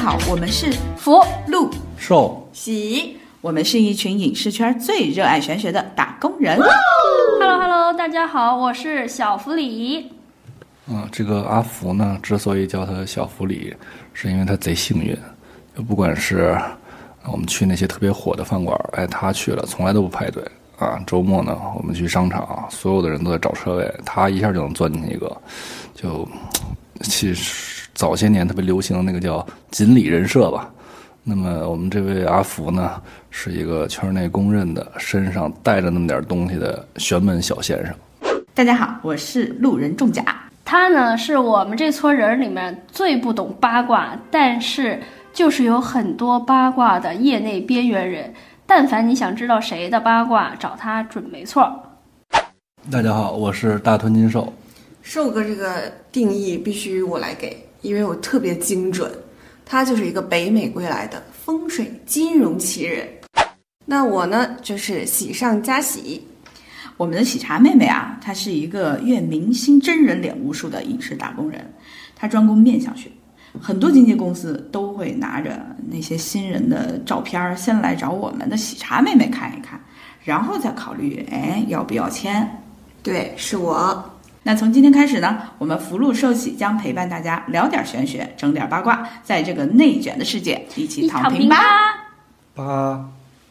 好，我们是福禄寿喜，我们是一群影视圈最热爱玄学的打工人。 Hello， 大家好，我是小福里。 这个阿福呢，之所以叫他小福里，是因为他贼幸运，就不管是我们去那些特别火的饭馆，他去了从来都不排队啊。周末呢，我们去商场，所有的人都在找车位，他一下就能钻进一个。就其实早些年特别流行的那个叫锦鲤人设吧。那么我们这位阿福呢，是一个圈内公认的身上带着那么点东西的玄门小先生。 大家好，我是路人中甲。 他呢是我们这撮人里面最不懂八卦，但是就是有很多八卦的业内边缘人。但凡你想知道谁的八卦，找他准没错。 大家好，我是大吞金兽。 寿哥这个定义必须我来给，因为我特别精准。他就是一个北美归来的风水金融奇人。那我呢，就是喜上加喜。 我们的喜茶妹妹啊，她是一个阅明星真人脸无数的影视打工人，她专攻面相学，很多经纪公司都会拿着那些新人的照片先来找我们的喜茶妹妹看一看，然后再考虑要不要签。 对，是我。 那从今天开始呢，我们福禄寿喜将陪伴大家聊点玄学，整点八卦，在这个内卷的世界一起躺平吧。 八。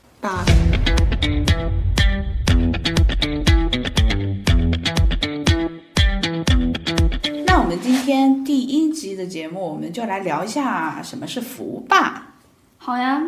那我们今天第一集的节目，我们就来聊一下什么是福吧。 好呀。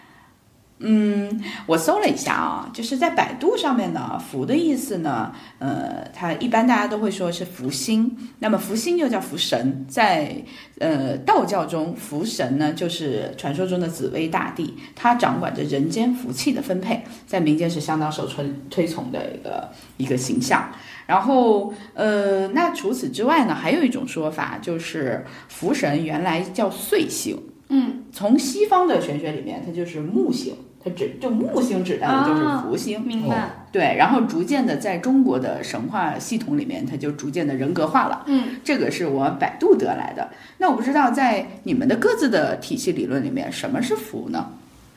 我搜了一下啊，就是在百度上面呢，福的意思呢，它一般大家都会说是福星，那么福星又叫福神，在道教中，福神呢就是传说中的紫薇大帝，他掌管着人间福气的分配，在民间是相当受推崇的一个形象。然后那除此之外呢，还有一种说法就是福神原来叫岁星。从西方的玄学里面，它就是木星，它就木星指代的就是福星。 明白。 对，然后逐渐的在中国的神话系统里面，它就逐渐的人格化了。这个是我百度得来的。那我不知道在你们的各自的体系理论里面，什么是福呢？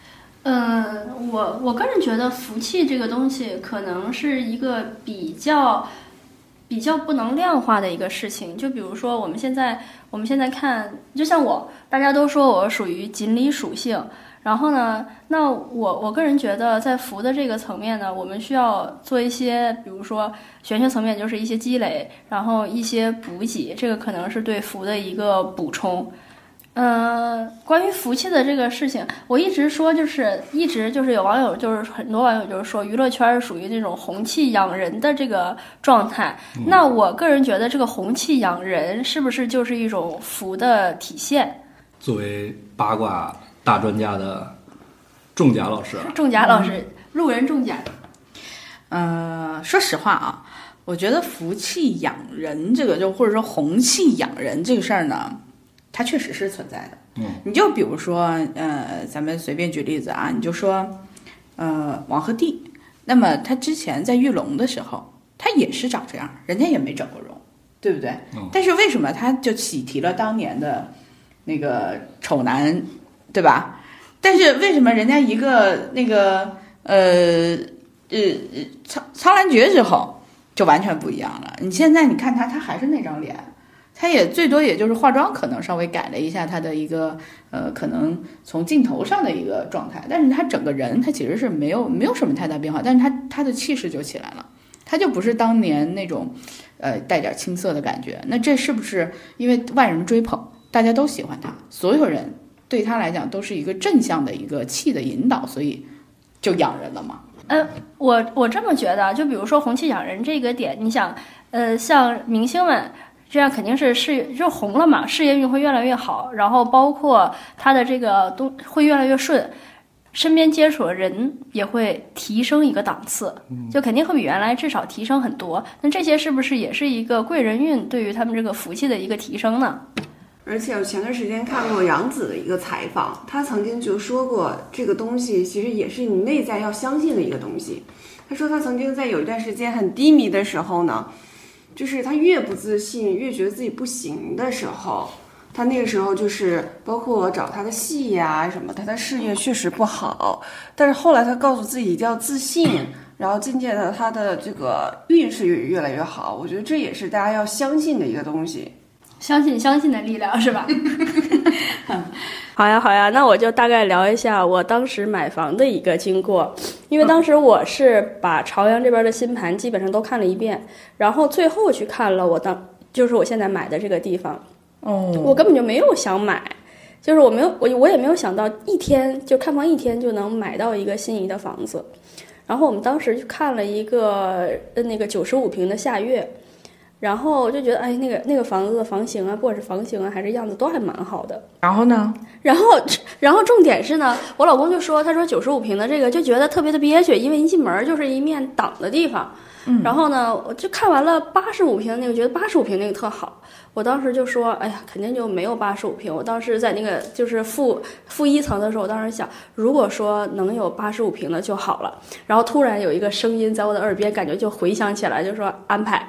我个人觉得福气这个东西可能是一个比较不能量化的一个事情。就比如说我们现在看，就像大家都说我属于锦鲤属性，然后呢，那我个人觉得在福的这个层面呢，我们需要做一些，比如说玄学层面就是一些积累，然后一些补给，这个可能是对福的一个补充。关于福气的这个事情，我一直有网友，就是很多网友就是说娱乐圈是属于那种红气养人的这个状态。那我个人觉得这个红气养人是不是就是一种福的体现？ 作为八卦大专家的仲甲老师， 路人仲甲。 说实话啊，我觉得福气养人这个或者说红气养人这个事儿呢，它确实是存在的。你就比如说咱们随便举例子啊，你就说王鹤棣，那么他之前在玉龙的时候，他也是长这样，人家也没整过容，对不对？但是为什么他就喜提了当年的那个丑男，对吧？但是为什么人家一个那个苍兰诀之后就完全不一样了？你现在你看他还是那张脸，他也最多也就是化妆可能稍微改了一下他的一个可能从镜头上的一个状态，但是他整个人他其实是没有什么太大变化，但是他的气势就起来了，他就不是当年那种带点青涩的感觉。那这是不是因为万人追捧，大家都喜欢他，所有人对他来讲都是一个正向的一个气的引导，所以就养人了嘛？ 我这么觉得，就比如说红气养人这个点，你想像明星们这样肯定是就红了嘛，事业运会越来越好，然后包括他的这个会越来越顺，身边接触的人也会提升一个档次，就肯定会比原来至少提升很多。那这些是不是也是一个贵人运对于他们这个福气的一个提升呢？ 而且我前段时间看过杨紫的一个采访，她曾经就说过，这个东西其实也是你内在要相信的一个东西。她说她曾经在有一段时间很低迷的时候呢，就是她越不自信，越觉得自己不行的时候， 他那个时候就是包括我找他的戏呀、什么，他的事业确实不好，但是后来他告诉自己一定要自信，然后渐渐的他的这个运势也越来越好。我觉得这也是大家要相信的一个东西， 相信的力量是吧？好呀，那我就大概聊一下我当时买房的一个经过。因为当时我是把朝阳这边的新盘基本上都看了一遍，然后最后去看了就是我现在买的这个地方。我根本就没有想买，就是我也没有想到一天就看房一天就能买到一个心仪的房子。然后我们当时去看了一个那个95平的夏悦。然后就觉得，哎，那个房子的房型啊，不管是房型啊，还是样子都还蛮好的。 然后呢？ 然后重点是呢，我老公就说，他说95平的这个就觉得特别的憋屈，因为一进门就是一面挡的地方。然后呢，我就看完了85平的那个，觉得85平那个特好。我当时就说，哎呀，肯定就没有85平。我当时在那个就是负1层的时候，我当时想，如果说能有85平的就好了。然后突然有一个声音在我的耳边，感觉就回响起来，就说安排。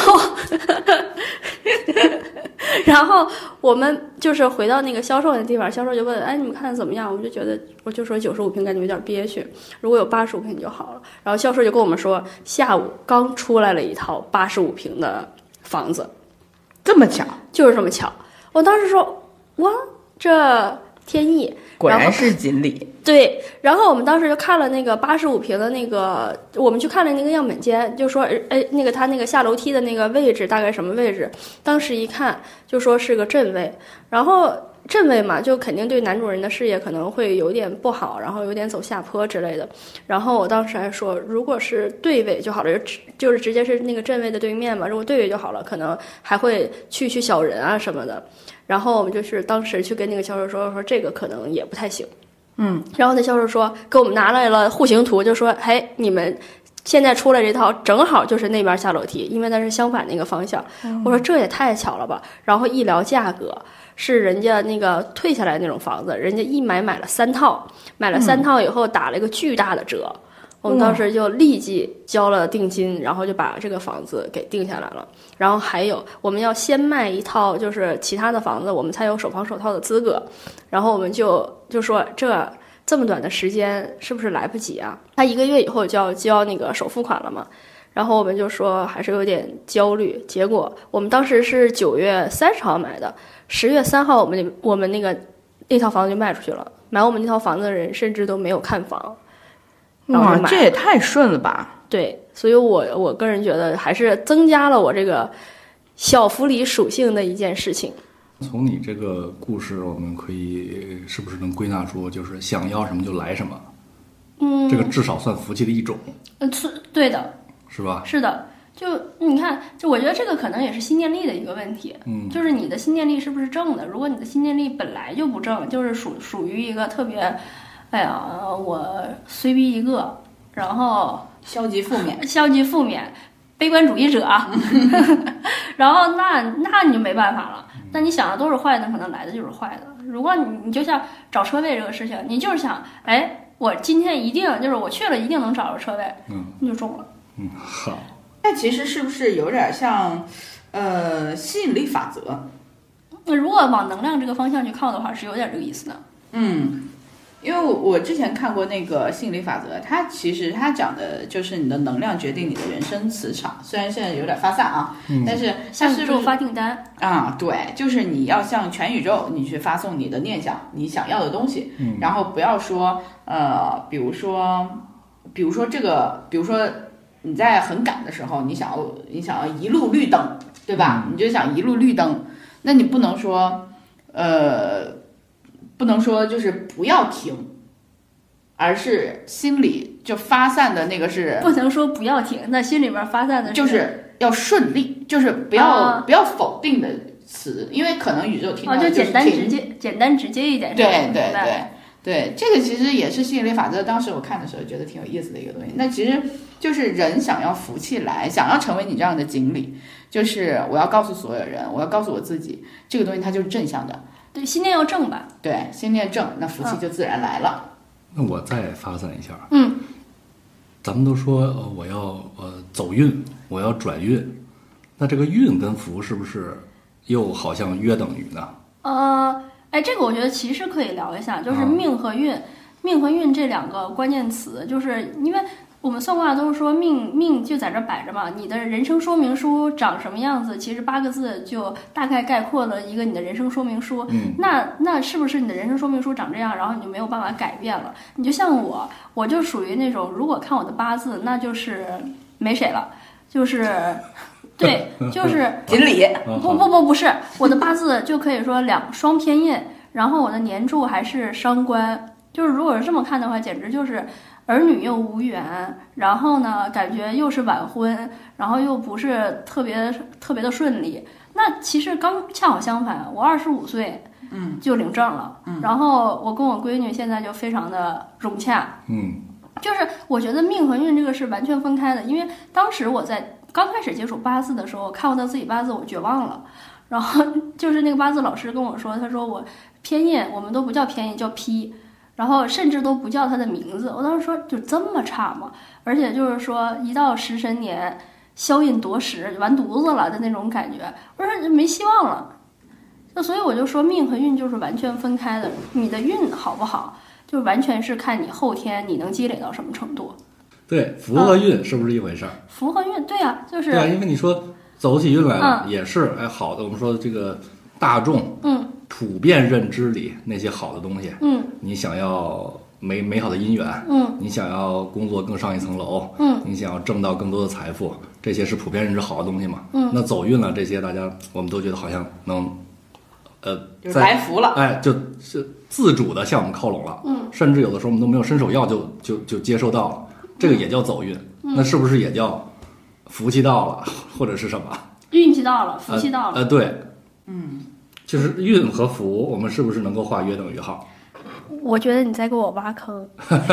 然后我们就是回到那个销售的地方，销售就问，哎，你们看的怎么样？我就说95平感觉有点憋屈，如果有85平就好了。然后销售就跟我们说，下午刚出来了一套85平的房子。 这么巧， 就是这么巧。我当时说，哇，这天意， 果然是锦鲤。 对，然后我们当时就看了那个85平的那个，我们去看了那个样本间，就说，哎，那个他那个下楼梯的那个位置大概什么位置？当时一看就说是个正位，然后正位嘛，就肯定对男主人的事业可能会有点不好，然后有点走下坡之类的。然后我当时还说，如果是对位就好了，就是直接是那个正位的对面嘛，如果对位就好了，可能还会去小人啊什么的。然后我们就是当时去跟那个销售说这个可能也不太行。然后那销售说给我们拿来了户型图，就说，嘿，你们现在出来这套正好就是那边下楼梯，因为它是相反那个方向。我说这也太巧了吧。然后一聊价格，是人家那个退下来那种房子，人家一买了3套，买了3套以后打了一个巨大的折。我们当时就立即交了定金，然后就把这个房子给定下来了。然后还有我们要先卖一套就是其他的房子，我们才有首房首套的资格。然后我们就说这么短的时间是不是来不及啊？他1个月以后就要交那个首付款了嘛。然后我们就说还是有点焦虑。结果我们当时是9月30号买的，10月3号我们那套房子就卖出去了。买我们那套房子的人甚至都没有看房。 哇，这也太顺了吧！ 对，所以我个人觉得还是增加了我这个小福利属性的一件事情。 从你这个故事，我们可以是不是能归纳出，就是想要什么就来什么？这个至少算福气的一种。 对的， 是吧？ 是的，就你看，就我觉得这个可能也是心念力的一个问题。就是你的心念力是不是正的？如果你的心念力本来就不正，就是属于一个特别。哎呀，我随逼一个，然后消极负面， 悲观主义者，然后那你就没办法了。那你想的都是坏的，可能来的就是坏的。如果你就像找车位这个事情，你就是想，哎，我今天一定就是我去了一定能找着车位，你就中了。 好。 那其实是不是有点像吸引力法则？ 那如果往能量这个方向去靠的话，是有点这个意思的。 因为我之前看过那个吸引力法则，它其实它讲的就是你的能量决定你的人生磁场。虽然现在有点发散啊，但是向宇宙发订单啊，对，就是你要向全宇宙你去发送你的念想，你想要的东西，然后不要说比如说你在很赶的时候，你想要一路绿灯，对吧？你就想一路绿灯，那你不能说就是不要停，而是心里就发散的那个是不能说不要停，那心里边发散的就是要顺利，就是不要否定的词，因为可能宇宙听到的就是简单直接一点。 对，这个其实也是吸引力法则。当时我看的时候觉得挺有意思的一个东西。那其实就是人想要福气来，想要成为你这样的锦鲤，就是我要告诉所有人，我要告诉我自己，这个东西它就是正向的。 对，心念要正吧？ 对，心念正，那福气就自然来了。 那我再发散一下。咱们都说我要走运，我要转运，那这个运跟福是不是又好像约等于呢？ 这个我觉得其实可以聊一下，就是命和运，命和运这两个关键词，就是因为我们算卦都是说命就在这摆着嘛，你的人生说明书长什么样子，其实8个字就大概概括了一个你的人生说明书。那是不是你的人生说明书长这样，然后你就没有办法改变了？你就像我就属于那种，如果看我的八字，那就是没谁了，就是对，就是锦鲤。 不是，我的八字就可以说双偏印，然后我的年柱还是伤官，就是如果是这么看的话，简直就是儿女又无缘，然后呢，感觉又是晚婚，然后又不是特别的顺利。那其实恰好相反，我25岁，就领证了，然后我跟我闺女现在就非常的融洽，就是我觉得命和运这个是完全分开的，因为当时我在刚开始接触八字的时候，看不到自己八字，我绝望了。然后就是那个八字老师跟我说，他说我偏印，我们都不叫偏印，叫批。然后甚至都不叫他的名字，我当时说就这么差吗？而且就是说一到食神年，消印夺食，完犊子了的那种感觉，我说没希望了。那所以我就说命和运就是完全分开的，你的运好不好，就完全是看你后天你能积累到什么程度。 对，福和运是不是一回事儿？ 福和运，对啊，就是对啊，因为你说走起运来了，也是好的。我们说这个大众，普遍认知里那些好的东西，你想要美好的姻缘，你想要工作更上一层楼，你想要挣到更多的财富，这些是普遍认知好的东西嘛？那走运了，这些大家我们都觉得好像能， 就是来福了， 就是自主的向我们靠拢了，甚至有的时候我们都没有伸手要就接受到了，这个也叫走运，那是不是也叫福气到了，或者是什么？ 运气到了，福气到了， 对，就是运和福，我们是不是能够画约等于号？ 我觉得你在给我挖坑。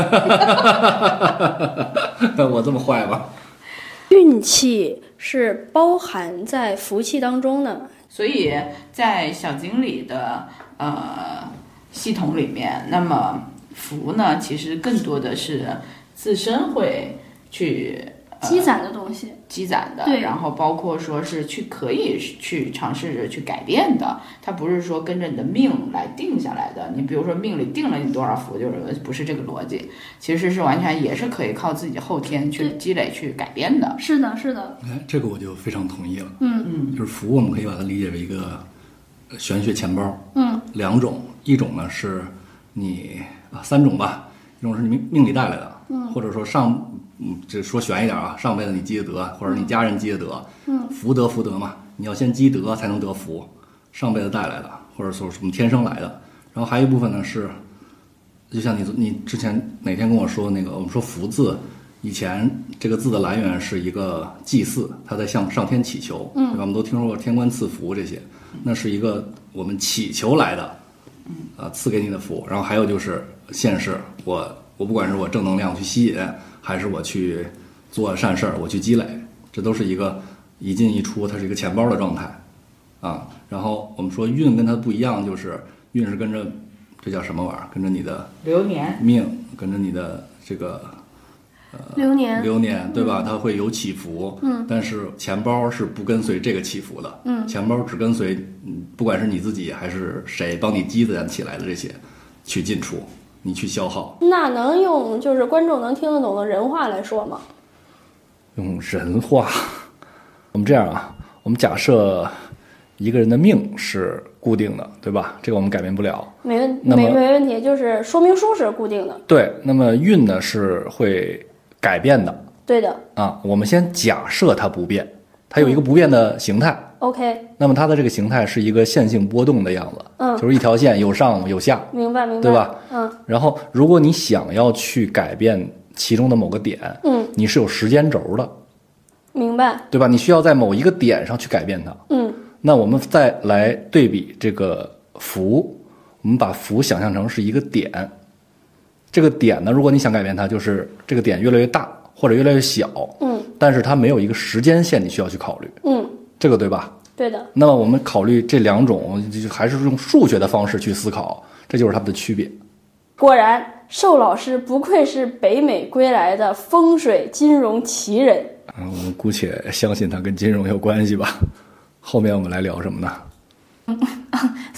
我这么坏吗？ 运气是包含在福气当中的， 所以在小锦鲤的系统里面，那么福呢，其实更多的是自身会去积攒的东西， 积攒的，然后包括说是可以去尝试着去改变的，它不是说跟着你的命来定下来的。你比如说命里定了你多少福，就是不是这个逻辑，其实是完全也是可以靠自己后天去积累去改变的。 是的，是的。 这个我就非常同意了。就是福，我们可以把它理解为一个玄学钱包。两种，一种呢是你三种吧，一种是你命里带来的，或者说这说悬一点啊，上辈子你积的德，或者你家人积的德，福德嘛，你要先积德才能得福，上辈子带来的，或者说什么天生来的。然后还有一部分呢是，就像你之前哪天跟我说那个，我们说福字，以前这个字的来源是一个祭祀，他在向上天祈求，对吧？我们都听说过天官赐福这些，那是一个我们祈求来的，赐给你的福。然后还有就是现世，我不管是我正能量去吸引，还是我去做善事儿，我去积累，这都是一个一进一出，它是一个钱包的状态啊。然后我们说运跟它不一样，就是运是跟着这叫什么玩意儿？跟着你的流年命，跟着你的这个流年对吧？它会有起伏，但是钱包是不跟随这个起伏的，钱包只跟随不管是你自己还是谁帮你积攒起来的这些去进出。你去消耗， 那能用就是观众能听得懂的人话来说吗？ 用人话，我们这样啊，我们假设一个人的命是固定的，对吧？这个我们改变不了， 没问题，就是说明书是固定的。 对，那么运呢是会改变的。 对的啊，我们先假设它不变，它有一个不变的形态。 OK， 那么它的这个形态是一个线性波动的样子，就是一条线有上有下， 明白， 对吧？然后如果你想要去改变其中的某个点，你是有时间轴的， 明白， 对吧？你需要在某一个点上去改变它，那我们再来对比这个福，我们把福想象成是一个点，这个点呢，如果你想改变它，就是这个点越来越大或者越来越小，但是它没有一个时间线，你需要去考虑，这个对吧？ 对的。 那么我们考虑这两种，还是用数学的方式去思考，这就是它们的区别。 果然，寿老师不愧是北美归来的风水金融奇人。 我们姑且相信它跟金融有关系吧。后面我们来聊什么呢？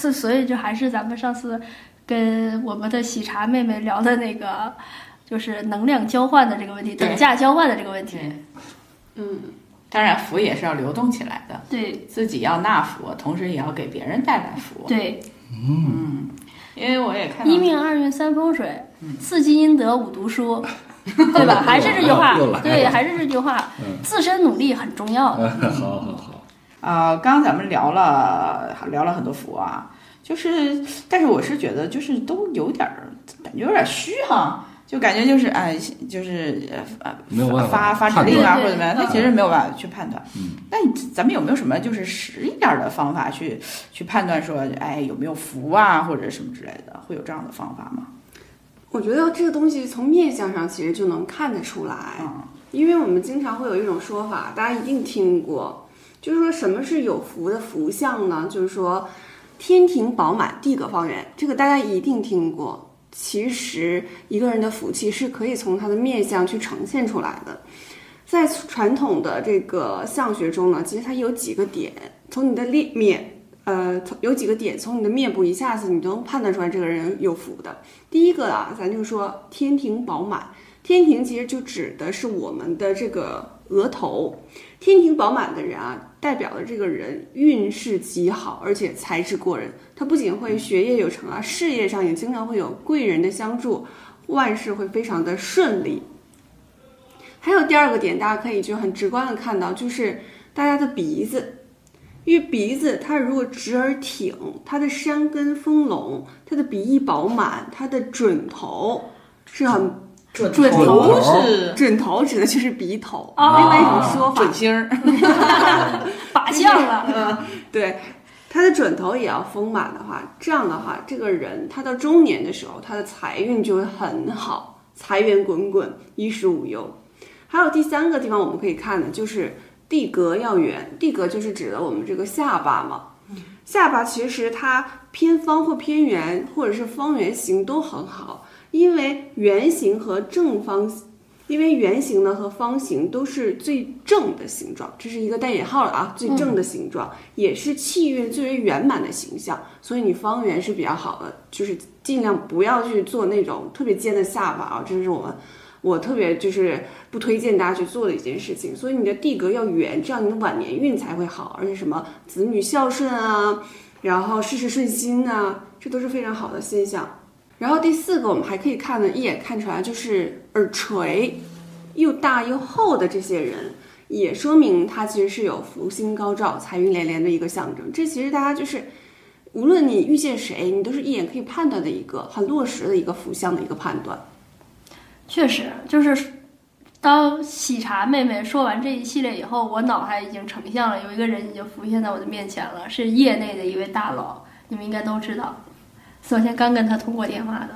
所以就还是咱们上次跟我们的喜茶妹妹聊的那个，就是能量交换的这个问题，等价交换的这个问题。 当然福也是要流动起来的， 对， 自己要纳福，同时也要给别人带来福。 对， 因为我也看到一命二运三风水，四积阴德五读书。对吧？还是这句话，对，还是这句话，自身努力很重要的。 刚刚咱们聊了很多福啊，但是我是觉得就是都有点感觉有点虚哈，就感觉就是没有办法发指令啊对或者怎么样，他其实没有办法去判断。那咱们有没有什么就是实一点的方法去判断说，有没有福啊或者什么之类的，会有这样的方法吗？ 我觉得这个东西从面相上其实就能看得出来，因为我们经常会有一种说法，大家一定听过，就是说什么是有福的福相呢？就是说天庭饱满，地阁方圆，这个大家一定听过。其实一个人的福气是可以从他的面相去呈现出来的。在传统的这个相学中呢，其实它有几个点，从你的有几个点从你的面部一下子你都能判断出来这个人有福的。第一个咱就说天庭饱满，天庭其实就指的是我们的这个额头，天庭饱满的人代表了这个人运势极好，而且才智过人，他不仅会学业有成事业上也经常会有贵人的相助，万事会非常的顺利。还有第二个点，大家可以就很直观的看到，就是大家的鼻子，因为鼻子它如果直而挺，它的山根丰隆，它的鼻翼饱满，它的准头是很准头是准头指的就是鼻头，另外一种说法准星儿靶向了。 对，他的准头也要丰满的话，这样的话，这个人他到中年的时候，他的财运就会很好，财源滚滚，衣食无忧。还有第三个地方我们可以看的就是地阁要圆，地阁就是指的我们这个下巴嘛。下巴其实它偏方或偏圆，或者是方圆形都很好，因为圆形和正方，因为圆形呢和方形都是最正的形状，这是一个带引号的最正的形状，也是气运最为圆满的形象，所以你方圆是比较好的，就是尽量不要去做那种特别尖的下巴这是我特别就是不推荐大家去做的一件事情。所以你的地格要圆，这样你的晚年运才会好，而且什么子女孝顺然后事事顺心这都是非常好的现象。然后第四个我们还可以看的一眼看出来，就是耳垂又大又厚的这些人，也说明他其实是有福星高照，财运连连的一个象征。这其实大家就是无论你遇见谁，你都是一眼可以判断的一个很落实的一个福相的一个判断。 确实，就是当喜茶妹妹说完这一系列以后，我脑海已经成像了，有一个人已经浮现在我的面前了，是业内的一位大佬，你们应该都知道。昨天刚跟他通过电话的。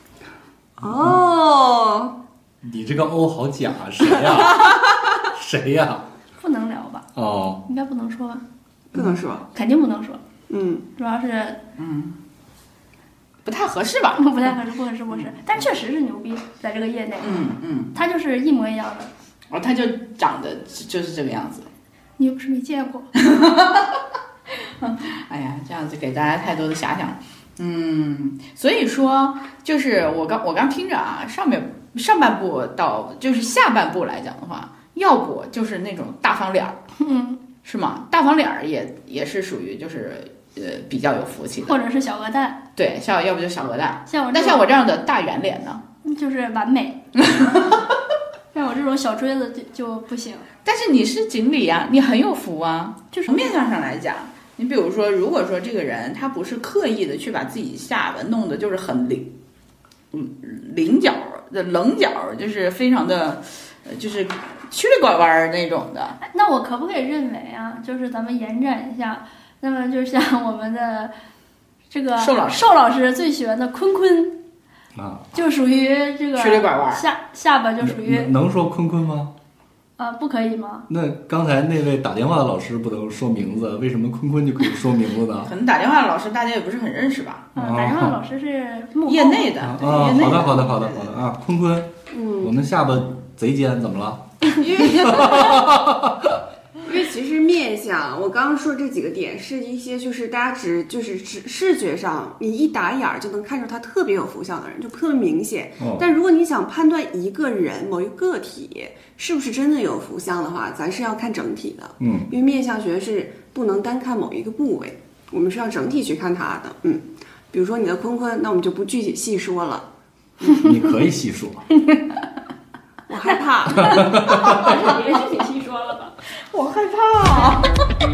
你这个好假，谁呀？谁呀？ 不能聊吧？应该不能说吧？ 不能说， 肯定不能说。主要是不太合适吧？ 不太合适，不合适。但确实是牛逼，在这个业内，他就是一模一样的。 他就长得就是这个样子。 你又不是没见过。 哎呀，这样子给大家太多的遐想。所以说就是我刚听着上半部到就是下半部来讲的话，要不就是那种大方脸儿，是吗？大方脸儿也是属于就是比较有福气的， 或者是小鹅蛋。 对，要不就小鹅蛋。 像我这样的大圆脸呢， 就是完美。像我这种小锥子就不行。 但是你是锦鲤你很有福就是从面相上来讲，你比如说，如果说这个人他不是刻意的去把自己下巴弄得就是很棱角的棱角，就是非常的就是曲里拐弯那种的。 那我可不可以认为就是咱们延展一下，那么就像我们的这个寿老师最喜欢的坤就属于这个曲里拐弯， 下巴就属于能说坤吗？ 不可以吗？ 那刚才那位打电话的老师不能说名字，为什么坤就可以说名字呢？ 可能打电话的老师大家也不是很认识吧？ 打电话的老师是业内的好的坤，我们下巴贼尖，怎么了？ 因为其实面面相，我刚刚说这几个点是一些就是大家只视觉上，你一打眼就能看出他特别有福相的人，就特别明显。但如果你想判断一个人某一个个体是不是真的有福相的话，咱是要看整体的。因为面相学是不能单看某一个部位，我们是要整体去看他的。比如说你的坤坤，那我们就不具体细说了。 你可以细说。 我害怕。 别具体细说了吧。 我害怕。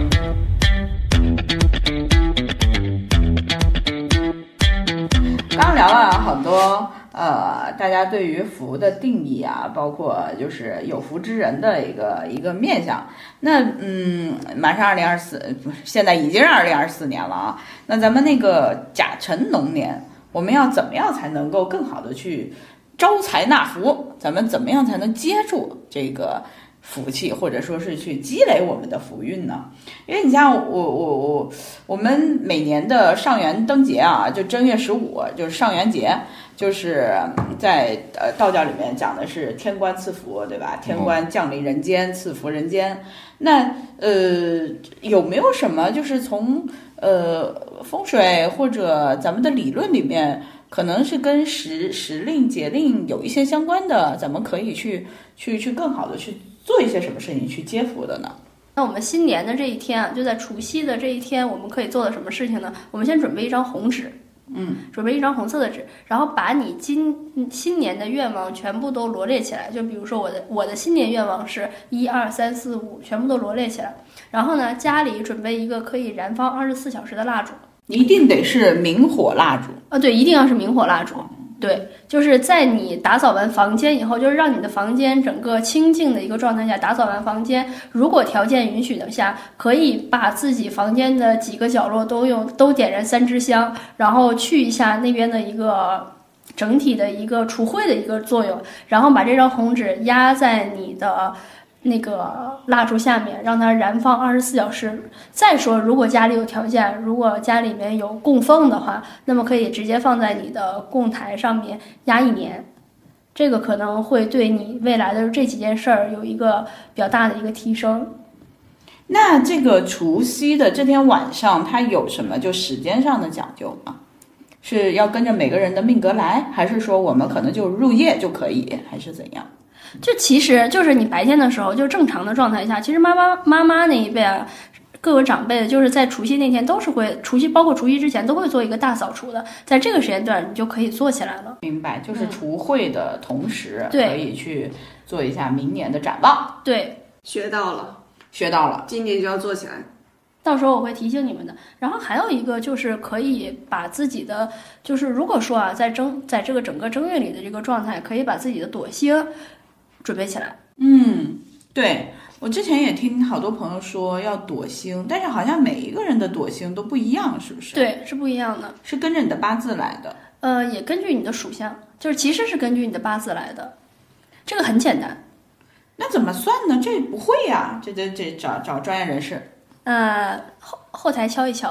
刚刚聊了很多大家对于福的定义啊，包括就是有福之人的一个面相。那马上2024，现在已经是2024年了啊。那咱们那个甲辰龙年，我们要怎么样才能够更好的去招财纳福？咱们怎么样才能接住这个福气，或者说是去积累我们的福运呢？因为你像我们每年的上元灯节啊，就正月15，就是上元节，就是在道教里面讲的是天官赐福，对吧？天官降临人间，赐福人间。那有没有什么就是从风水或者咱们的理论里面，可能是跟时令节令有一些相关的，咱们可以去更好的去做一些什么事情去接福的呢？ 那我们新年的这一天啊，就在除夕的这一天，我们可以做的什么事情呢？我们先准备一张红纸，准备一张红色的纸，然后把你新年的愿望全部都罗列起来。就比如说我的新年愿望是1、2、3、4、5，全部都罗列起来。然后呢，家里准备一个可以燃放24小时的蜡烛， 一定得是明火蜡烛。 对，一定要是明火蜡烛。对，就是在你打扫完房间以后，就是让你的房间整个清静的一个状态下打扫完房间，如果条件允许的下，可以把自己房间的几个角落都点燃3支香，然后去一下那边的一个整体的一个除秽的一个作用，然后把这张红纸压在你的那个蜡烛下面，让它燃放24小时。再说如果家里有条件，如果家里面有供奉的话，那么可以直接放在你的供台上面压1年。这个可能会对你未来的这几件事儿有一个比较大的一个提升。 那这个除夕的这天晚上，它有什么就时间上的讲究吗？是要跟着每个人的命格来，还是说我们可能就入夜就可以，还是怎样？ 就其实就是你白天的时候，就正常的状态下，其实妈妈那一辈啊，各个长辈就是在除夕那天都是会包括除夕之前都会做一个大扫除的，在这个时间段你就可以做起来了。 明白，就是除秽的同时， 对， 可以去做一下明年的展望。 对， 学到了， 今年就要做起来。 到时候我会提醒你们的。然后还有一个就是可以把自己的，就是如果说啊，在这个整个正月里的这个状态，可以把自己的朵星准备起来。 对，我之前也听好多朋友说要朵星，但是好像每一个人的朵星都不一样，是不是？ 对，是不一样的， 是跟着你的八字来的。 也根据你的属相，就是其实是根据你的八字来的，这个很简单。 那怎么算呢？这不会呀，这找专业人士。 后台敲一敲。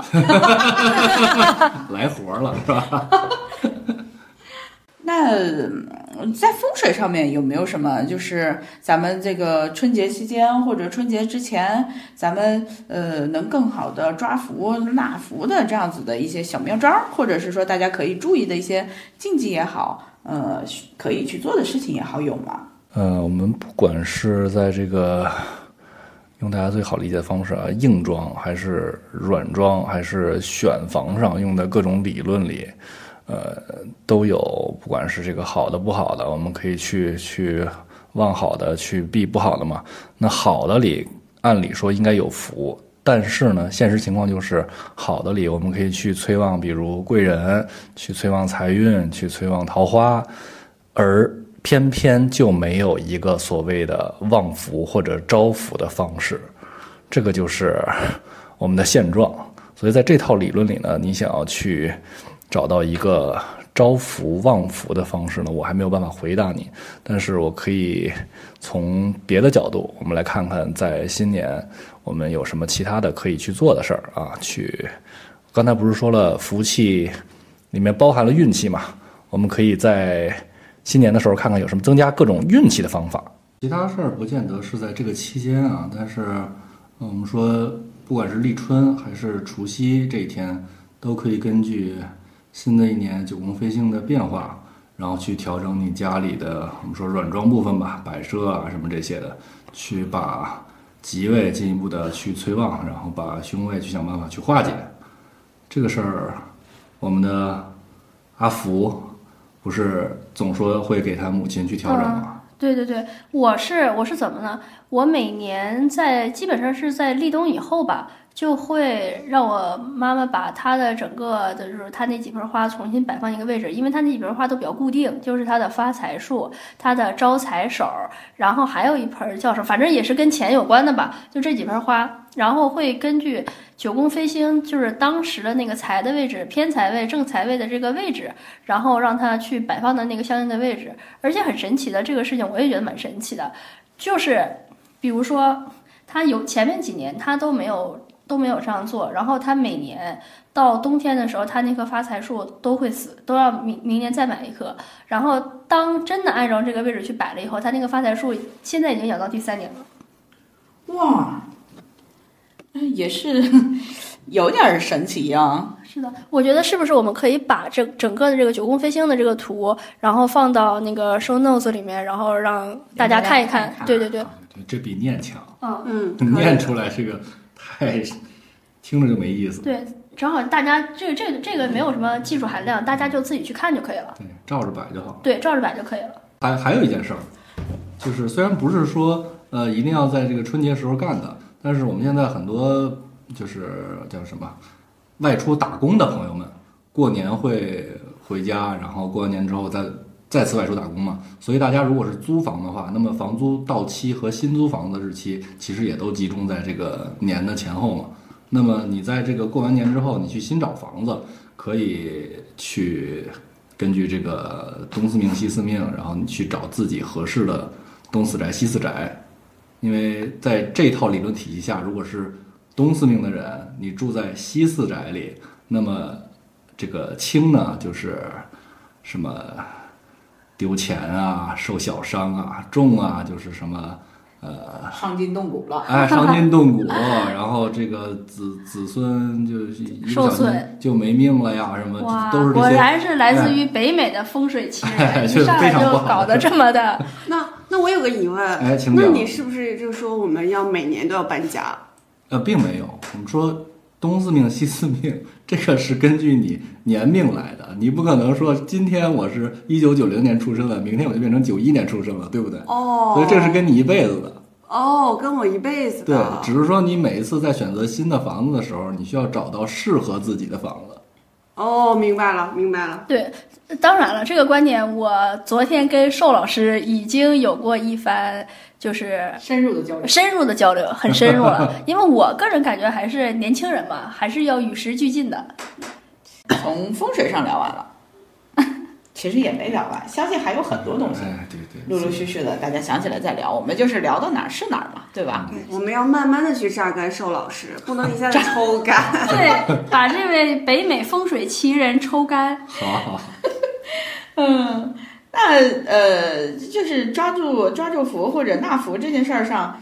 来活了是吧？ 那在风水上面有没有什么，就是咱们这个春节期间或者春节之前，咱们能更好的抓福纳福的这样子的一些小妙招，或者是说大家可以注意的一些禁忌也好，可以去做的事情也好，有吗？ 我们不管是在这个用大家最好理解的方式啊，硬装还是软装，还是选房上用的各种理论里，都有，不管是这个好的不好的，我们可以去往好的，去避不好的嘛。那好的里按理说应该有福，但是呢，现实情况就是好的里我们可以去催旺，比如贵人，去催旺财运，去催旺桃花，而偏偏就没有一个所谓的旺福或者招福的方式，这个就是我们的现状。所以在这套理论里呢，你想要去找到一个招福旺福的方式呢，我还没有办法回答你，但是我可以从别的角度，我们来看看在新年我们有什么其他的可以去做的事儿啊。刚才不是说了福气里面包含了运气嘛，我们可以在新年的时候看看有什么增加各种运气的方法。其他事儿不见得是在这个期间啊，但是我们说，不管是立春还是除夕这一天，都可以根据新的一年九宫飞星的变化，然后去调整你家里的我们说软装部分吧，摆设啊什么这些的，去把吉位进一步的去催旺，然后把凶位去想办法去化解。这个事儿，我们的阿福不是总说会给他母亲去调整吗？ 对对对，我是怎么呢？我每年基本上是在立冬以后吧，就会让我妈妈把她的整个的就是她那几盆花重新摆放一个位置，因为她那几盆花都比较固定，就是她的发财树、她的招财手，然后还有一盆叫什么，反正也是跟钱有关的吧，就这几盆花，然后会根据九宫飞星就是当时的那个财的位置、偏财位、正财位的这个位置，然后让它去摆放到那个相应的位置。而且很神奇的这个事情，我也觉得蛮神奇的，就是比如说他有前面几年他都没有这样做，然后他每年到冬天的时候，他那棵发财树都会死，都要明年再买一棵。然后当真的按照这个位置去摆了以后，他那个发财树现在已经养到第3年了。 哇，也是有点神奇啊。 是的，我觉得是不是我们可以把整个的这个九宫飞星的这个图，然后放到那个 show notes 里面，然后让大家看一看。对对对， 这比念强。 念出来这个太听着就没意思。 对，正好大家这个没有什么技术含量，大家就自己去看就可以了。 对，照着摆就好。 对，照着摆就可以了。 还有一件事儿，就是虽然不是说一定要在这个春节时候干的，但是我们现在很多就是叫什么外出打工的朋友们，过年会回家，然后过完年之后再次外出打工嘛。所以大家如果是租房的话，那么房租到期和新租房的日期其实也都集中在这个年的前后嘛。那么你在这个过完年之后，你去新找房子，可以去根据这个东四命西四命，然后你去找自己合适的东四宅西四宅。因为在这套理论体系下，如果是东四命的人，你住在西四宅里，那么这个轻呢就是什么丢钱啊、受小伤啊；重啊就是什么伤筋动骨了。 伤筋动骨，然后这个子孙就一不小心就没命了呀，什么都是这些。 果然是来自于北美的风水奇人，一上来就搞得这么的。 那我有个疑问， 请讲。 那你是不是就说我们要每年都要搬家？ 并没有，我们说东四命西四命，这个是根据你年命来的，你不可能说今天我是1990年出生的，明天我就变成91年出生了，对不对？ 所以这是跟你一辈子的。 跟我一辈子的。 对，只是说你每一次在选择新的房子的时候，你需要找到适合自己的房子。 明白了。 对，当然了，这个观点我昨天跟寿老师已经有过一番就是深入的交流，很深入了。因为我个人感觉还是年轻人嘛，还是要与时俱进的。 从风水上聊完了。其实也没聊完，相信还有很多东西， 对， 陆陆续续的，大家想起来再聊。我们就是聊到哪儿是哪儿嘛，对吧？ 对，我们要慢慢的去榨干寿老师，不能一下子抽干。 对，把这位北美风水奇人抽干。 好。 那就是抓住福或者纳福这件事儿上，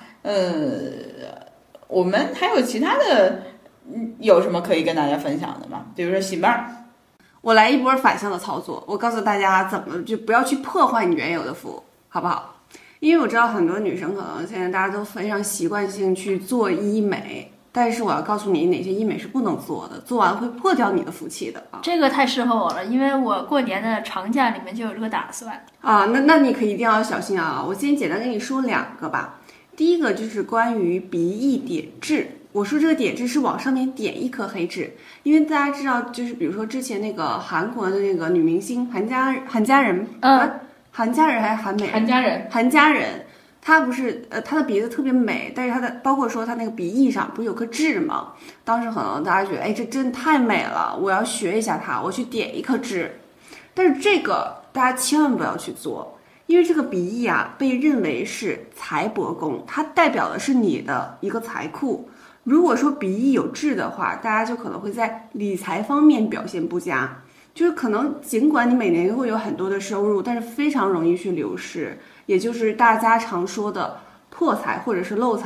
我们还有其他的有什么可以跟大家分享的吗？比如说喜妹儿。 我来一波反向的操作，我告诉大家怎么就不要去破坏你原有的福，好不好？因为我知道很多女生可能现在大家都非常习惯性去做医美，但是我要告诉你哪些医美是不能做的，做完会破掉你的福气的啊。 这个太适合我了，因为我过年的长假里面就有这个打算啊。那你可一定要小心啊！我先简单跟你说2个吧。第一个就是关于鼻翼点痣。我说这个点痣是往上面点一颗黑痣，因为大家知道，就是比如说之前那个韩国的那个女明星韩佳人，韩佳人还是韩美人？韩佳人，她不是她的鼻子特别美，但是她的包括说她那个鼻翼上不是有颗痣吗？当时可能大家觉得，这真的太美了，我要学一下她，我去点一颗痣。但是这个大家千万不要去做，因为这个鼻翼啊被认为是财帛宫，它代表的是你的一个财库。如果说鼻翼有痣的话，大家就可能会在理财方面表现不佳，就是可能尽管你每年会有很多的收入，但是非常容易去流失，也就是大家常说的破财或者是漏财。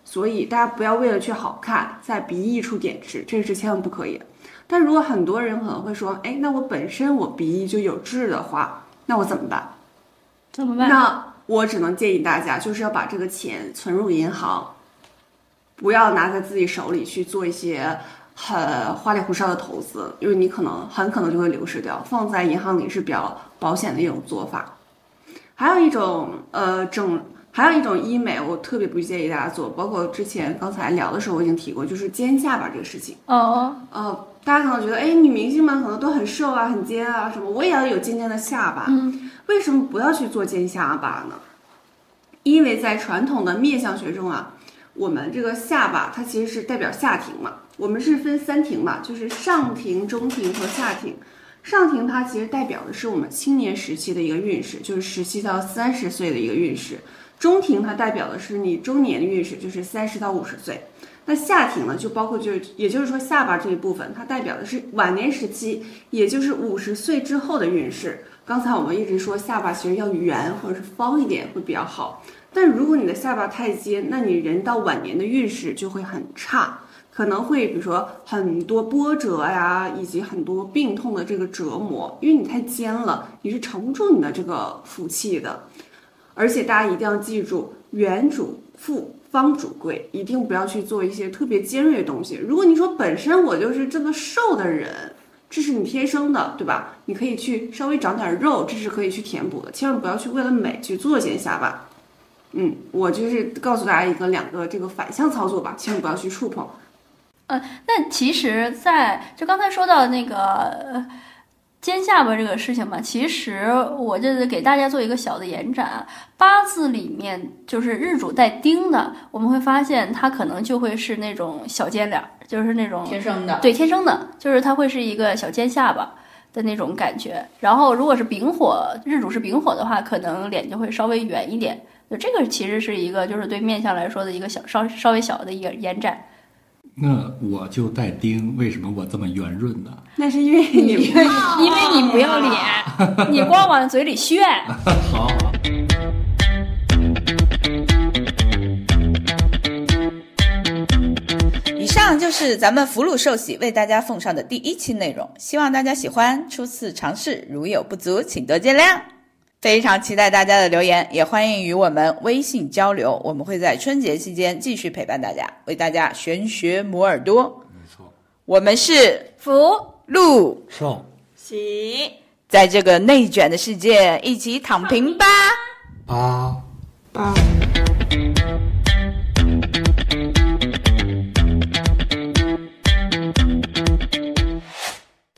所以大家不要为了去好看，在鼻翼处点痣，这是千万不可以的。但如果很多人可能会说，哎，那我本身我鼻翼就有痣的话，那我怎么办？ 怎么办？ 那我只能建议大家，就是要把这个钱存入银行，不要拿在自己手里去做一些很花里胡哨的投资，因为你很可能就会流失掉。放在银行里是比较保险的一种做法。还有一种医美，我特别不建议大家做，包括之前刚才聊的时候我已经提过，就是尖下巴这个事情。大家可能觉得，哎，女明星们可能都很瘦啊、很尖啊什么，我也要有尖尖的下巴。为什么不要去做尖下巴呢？因为在传统的面相学中啊，我们这个下巴它其实是代表下庭嘛，我们是分3庭嘛，就是上庭、中庭和下庭。上庭它其实代表的是我们青年时期的一个运势，就是17到30岁的一个运势。中庭它代表的是你中年的运势，就是30到50岁。那下庭呢，就包括也就是说下巴这一部分，它代表的是晚年时期，也就是50岁之后的运势。刚才我们一直说下巴其实要圆或者是方一点会比较好，但如果你的下巴太尖，那你人到晚年的运势就会很差，可能会比如说很多波折呀，以及很多病痛的这个折磨，因为你太尖了，你是承不住你的这个福气的。而且大家一定要记住，圆主富，方主贵，一定不要去做一些特别尖锐的东西。如果你说本身我就是这么瘦的人，这是你天生的，对吧？你可以去稍微长点肉，这是可以去填补的，千万不要去为了美去做尖下巴。我就是告诉大家2个这个反向操作吧，千万不要去触碰。 那其实就刚才说到那个尖下巴这个事情吧，其实我这给大家做一个小的延展。八字里面就是日主带丁的，我们会发现它可能就会是那种小尖脸，就是那种天生的， 对，天生的，就是它会是一个小尖下巴的那种感觉。然后如果是丙火，日主是丙火的话，可能脸就会稍微圆一点。这个其实是一个就是对面相来说的一个稍微小的一个延展。 那我就带丁，为什么我这么圆润呢？ 那是因为因为你不要脸，你光往嘴里炫。 好。 以上就是咱们福禄寿喜为大家奉上的第1期内容，希望大家喜欢，初次尝试，如有不足请多见谅。非常期待大家的留言，也欢迎与我们微信交流，我们会在春节期间继续陪伴大家，为大家玄学磨耳朵。 没错， 我们是福禄寿喜，在这个内卷的世界一起躺平吧。 八。